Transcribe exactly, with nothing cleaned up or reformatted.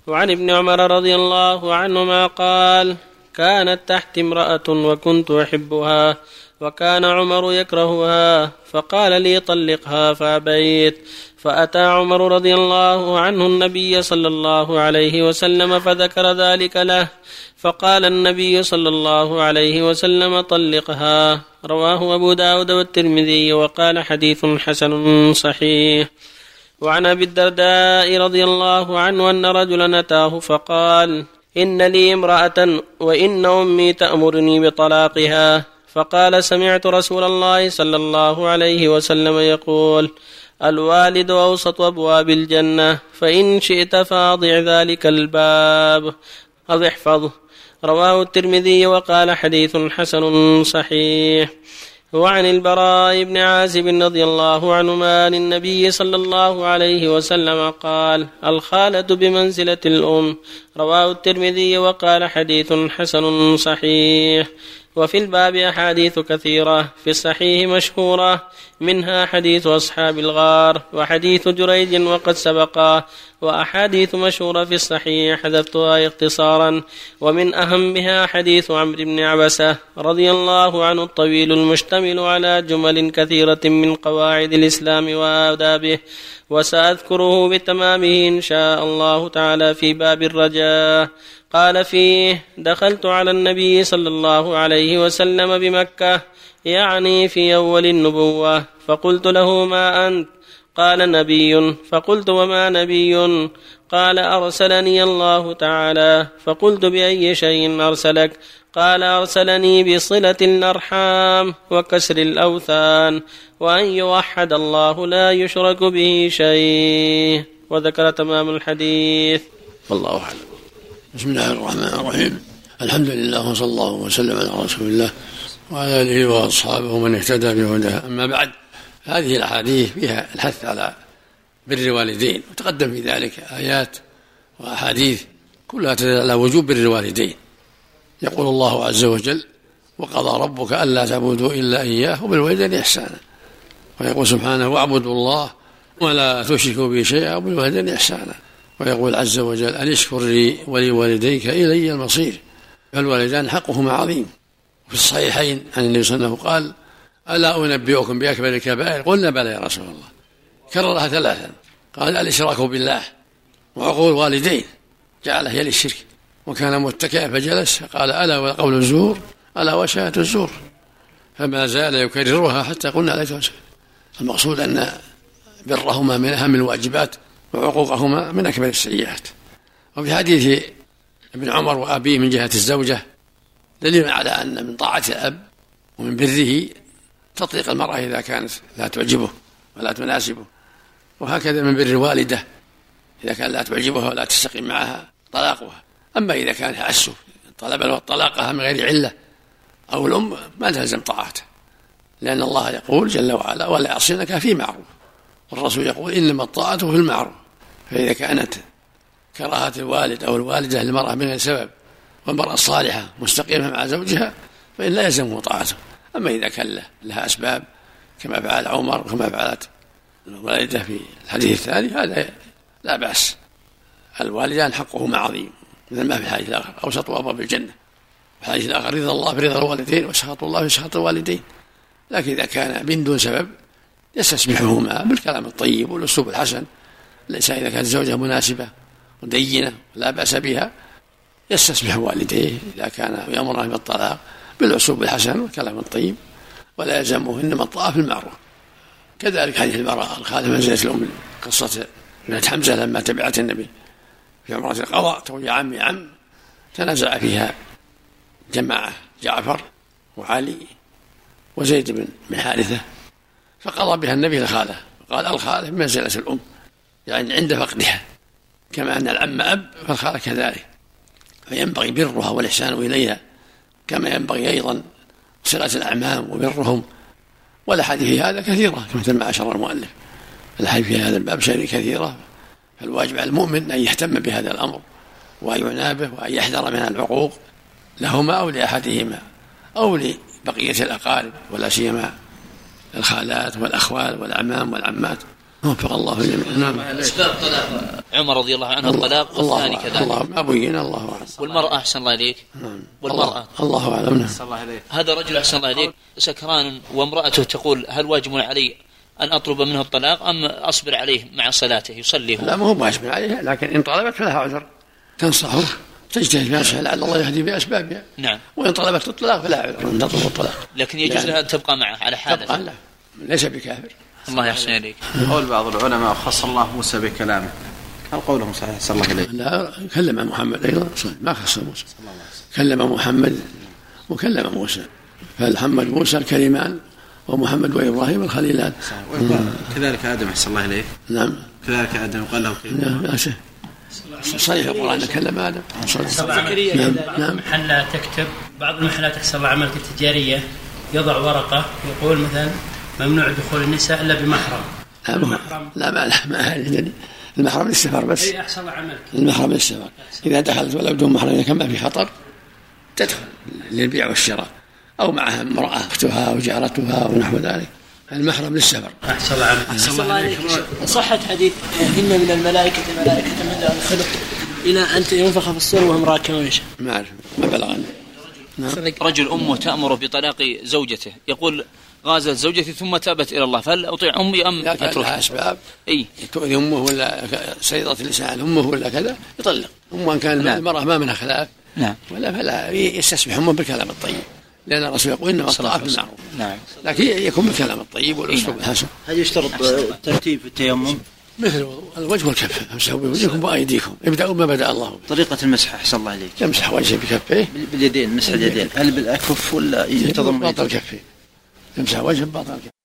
وعن ابن عمر رضي الله عنهما قال: كانت تحت امرأة وكنت أحبها وكان عمر يكرهها فقال لي: طلقها فأبيت. فأتى عمر رضي الله عنه النبي صلى الله عليه وسلم فذكر ذلك له، فقال النبي صلى الله عليه وسلم: طلقها. رواه أبو داود والترمذي وقال: حديث حسن صحيح. وعن أبي الدرداء رضي الله عنه أن رجلا أتاه فقال: إن لي امرأة وإن أمي تأمرني بطلاقها. فقال: سمعت رسول الله صلى الله عليه وسلم يقول: الوالد أوسط أبواب الجنة، فإن شئت فأضع ذلك الباب أو احفظه. رواه الترمذي وقال: حديث حسن صحيح. وعن البراء بن عازب رضي الله عنهما عن النبي صلى الله عليه وسلم قال: الخالة بمنزلة الأم. رواه الترمذي وقال: حديث حسن صحيح. وفي الباب أحاديث كثيرة في الصحيح مشهورة، منها حديث أصحاب الغار وحديث جريج وقد سبقا، وأحاديث مشهورة في الصحيح حذفتها اختصارا، ومن أهمها حديث عمرو بن عبسة رضي الله عنه الطويل المشتمل على جمل كثيرة من قواعد الإسلام وآدابه، وسأذكره بتمامه إن شاء الله تعالى في باب الرجاء. قال فيه: دخلت على النبي صلى الله عليه وسلم بمكة، يعني في أول النبوة، فقلت له: ما أنت؟ قال: نبي. فقلت: وما نبي؟ قال: أرسلني الله تعالى. فقلت: بأي شيء أرسلك؟ قال: أرسلني بصلة الأرحام وكسر الأوثان وأن يوحد الله لا يشرك به شيء. وذكر تمام الحديث. والله أعلم. بسم الله الرحمن الرحيم. الحمد لله وصلى الله وسلم على رسول الله وعلى آله وأصحابه ومن اهتدى بهداه. أما بعد، هذه الأحاديث فيها الحث على بر الوالدين، وتقدم في ذلك آيات وأحاديث كلها تدل على وجوب بر الوالدين. يقول الله عز وجل: وقضى ربك ألا تعبدوا إلا إياه وبالوالدين إحسانا. ويقول سبحانه: واعبدوا الله ولا تشركوا به شيئا وبالوالدين إحسانا. ويقول عز وجل: أن اشكر لي ولوالديك إلي المصير. فالوالدان حقهما عظيم. في الصحيحين عن النبي صلى الله عليه وسلم قال: ألا أنبئكم بأكبر الكبائر؟ قلنا: بلى يا رسول الله. كررها ثلاثا، قال: الإشراك بالله وعقوق الوالدين، جعله يلي الشرك. وكان متكئا فجلس فقال: ألا وقول الزور، ألا وشهادة الزور. فما زال يكررها حتى قلنا: لا توسع. المقصود أن برهما من أهم الواجبات وعقوقهما من أكبر السيئات. وفي حديث ابن عمر وأبيه من جهة الزوجة دليل على أن من طاعة الأب ومن بره تطلق المرأة إذا كانت لا تعجبه ولا تناسبه، وهكذا من بر الوالدة إذا كان لا تعجبها ولا تستقيم معها طلاقها. أما إذا كان تعسف طلب طلاقها من غير علة أو الأم ما تلزم طاعته، لأن الله يقول جل وعلا: ولا يعصينك في معروف. والرسول يقول: إنما الطاعة في المعروف. فإذا كانت كراهة الوالد أو الوالدة للمرأة من غير سبب والمرأة الصالحة مستقيمة مع زوجها فإن لا يلزمه طاعته. أما إذا كان لها أسباب كما فعل عمر وكما فعلت الوالدة في الحديث الثاني هذا لا بأس. الوالدان حقهما عظيم، مثل ما في الحديث الآخر: أوسط أبواب الجنة. في الحديث الآخر: رضا الله برضا الوالدين وسخط الله بسخط الوالدين. لكن إذا كان من دون سبب يستسمحهما بالكلام الطيب والأسلوب الحسن. الإنسان إذا كانت الزوجة مناسبة ودينة لا بأس بها يستسمح والديه إذا كان يأمره بالطلاق بالأسلوب الحسن والكلام الطيب، ولا يلزمه إنما الطاعة في المعروف. كذلك حديث البراء الخادم منزلة الأم، قصة ابنة حمزة لما تبعت النبي في عمرة القضاء تقول: يا عم يا عم، تنازع فيها جماعة: جعفر وعلي وزيد بن حارثة، فقضى بها النبي الخالة. قال: الخالة منزلة الأم، يعني عند فقدها، كما أن العم أب فالخالة كذلك، فينبغي برها والإحسان إليها، كما ينبغي أيضا صلة الأعمام وبرهم. والأحاديث في هذا كثيرة مثل ما أشار المؤلف. الأحاديث في هذا الباب شيء كثيرة، فالواجب على المؤمن أن يهتم بهذا الأمر وأن ينابه وأن يحذر من العقوق لهما أو لأحدهما أو لبقية الأقارب، ولا سيما الخالات والأخوال والأعمام والعمات. وفق الله الجميع. نعم. أسباب طلاق عمر رضي الله عنه الطلاق والثاني كذلك. الله ما بين الله أعلم. والمرأة أحسن الله إليك. نعم. والمرأة الله أعلم. هذا رجل أحسن الله إليك سكران وامرأته تقول هل واجب علي أن أطلب منه الطلاق أم أصبر عليه مع صلاته يصلي هو؟ لا ما هو واجب عليه، لكن إن طلبت فلها عذر، تنصحه تجتهد في نفسها لعل الله يهدي بأسبابها. نعم. وإن طلبت الطلاق فلا عذر أن تطلب الطلاق، لكن يجوز لها أن تبقى معه على حاله. تبقى لا ليس بكافر. الله يحسن إليك. قول بعض العلماء خص الله موسى بكلامه، هل قولهم صحيح صلى الله عليه؟ لا كلم محمد أيضا ما خص موسى، كلم محمد وكلم موسى، فالحمد موسى الكلمان ومحمد وإبراهيم الخليلان. كذلك آدم أحسن الله إليه. نعم. كذلك آدم قال له نعم. صحيح القرآن كلم آدم. نعم. نعم. محلات تكتب بعض المحلات تحصل عملية تجارية يضع ورقة يقول مثلا ممنوع دخول النساء إلا بمحرم. لا ما ما هذه المحرم للسفر بس. أي أحسن عمل. المحرم للسفر إذا دخلت ولو بدون محرم إذا كان ما في خطر تدخل للبيع والشراء أو معها امرأة أختها أو جارتها ونحو ذلك. المحرم للسفر. أحسن الله عليك. أحسن الله عليك. صحة حديث إن من الملائكة ملائكة من لا الخلق إلى أن ينفخ في الصور وهم راكعون. ما أعرف ما بلغني. نعم. رجل أمه تأمر بطلاق زوجته يقول غازت زوجتي ثم تابت إلى الله، فهل أطيع أمي أم أتركها؟ أسباب أي تؤذي أمه ولا سيطرة لسان أمه ولا كذا يطلق. أمه إن كان نعم. المرأة ما منها خلاف نعم. ولا فلا يستسمح أمه بالكلام الطيب، لأن الرسول يقول إنما الطاعة بالمعروف. نعم. لكن يكون بالكلام الطيب والأسلوب نعم. الحسن. هل يشترط ترتيب التيمم؟ مثل الوجه والكف، امسحوا بوجهكم وأيديكم، ابدأوا ما بدأ الله. طريقة المسح أحسن الله عليك. يمسح وجهه بكفيه باليدين، مسح اليدين، هل بالأكف ولا يتضمن باطل الكفين؟ يمسح وجهه باطل الكفين.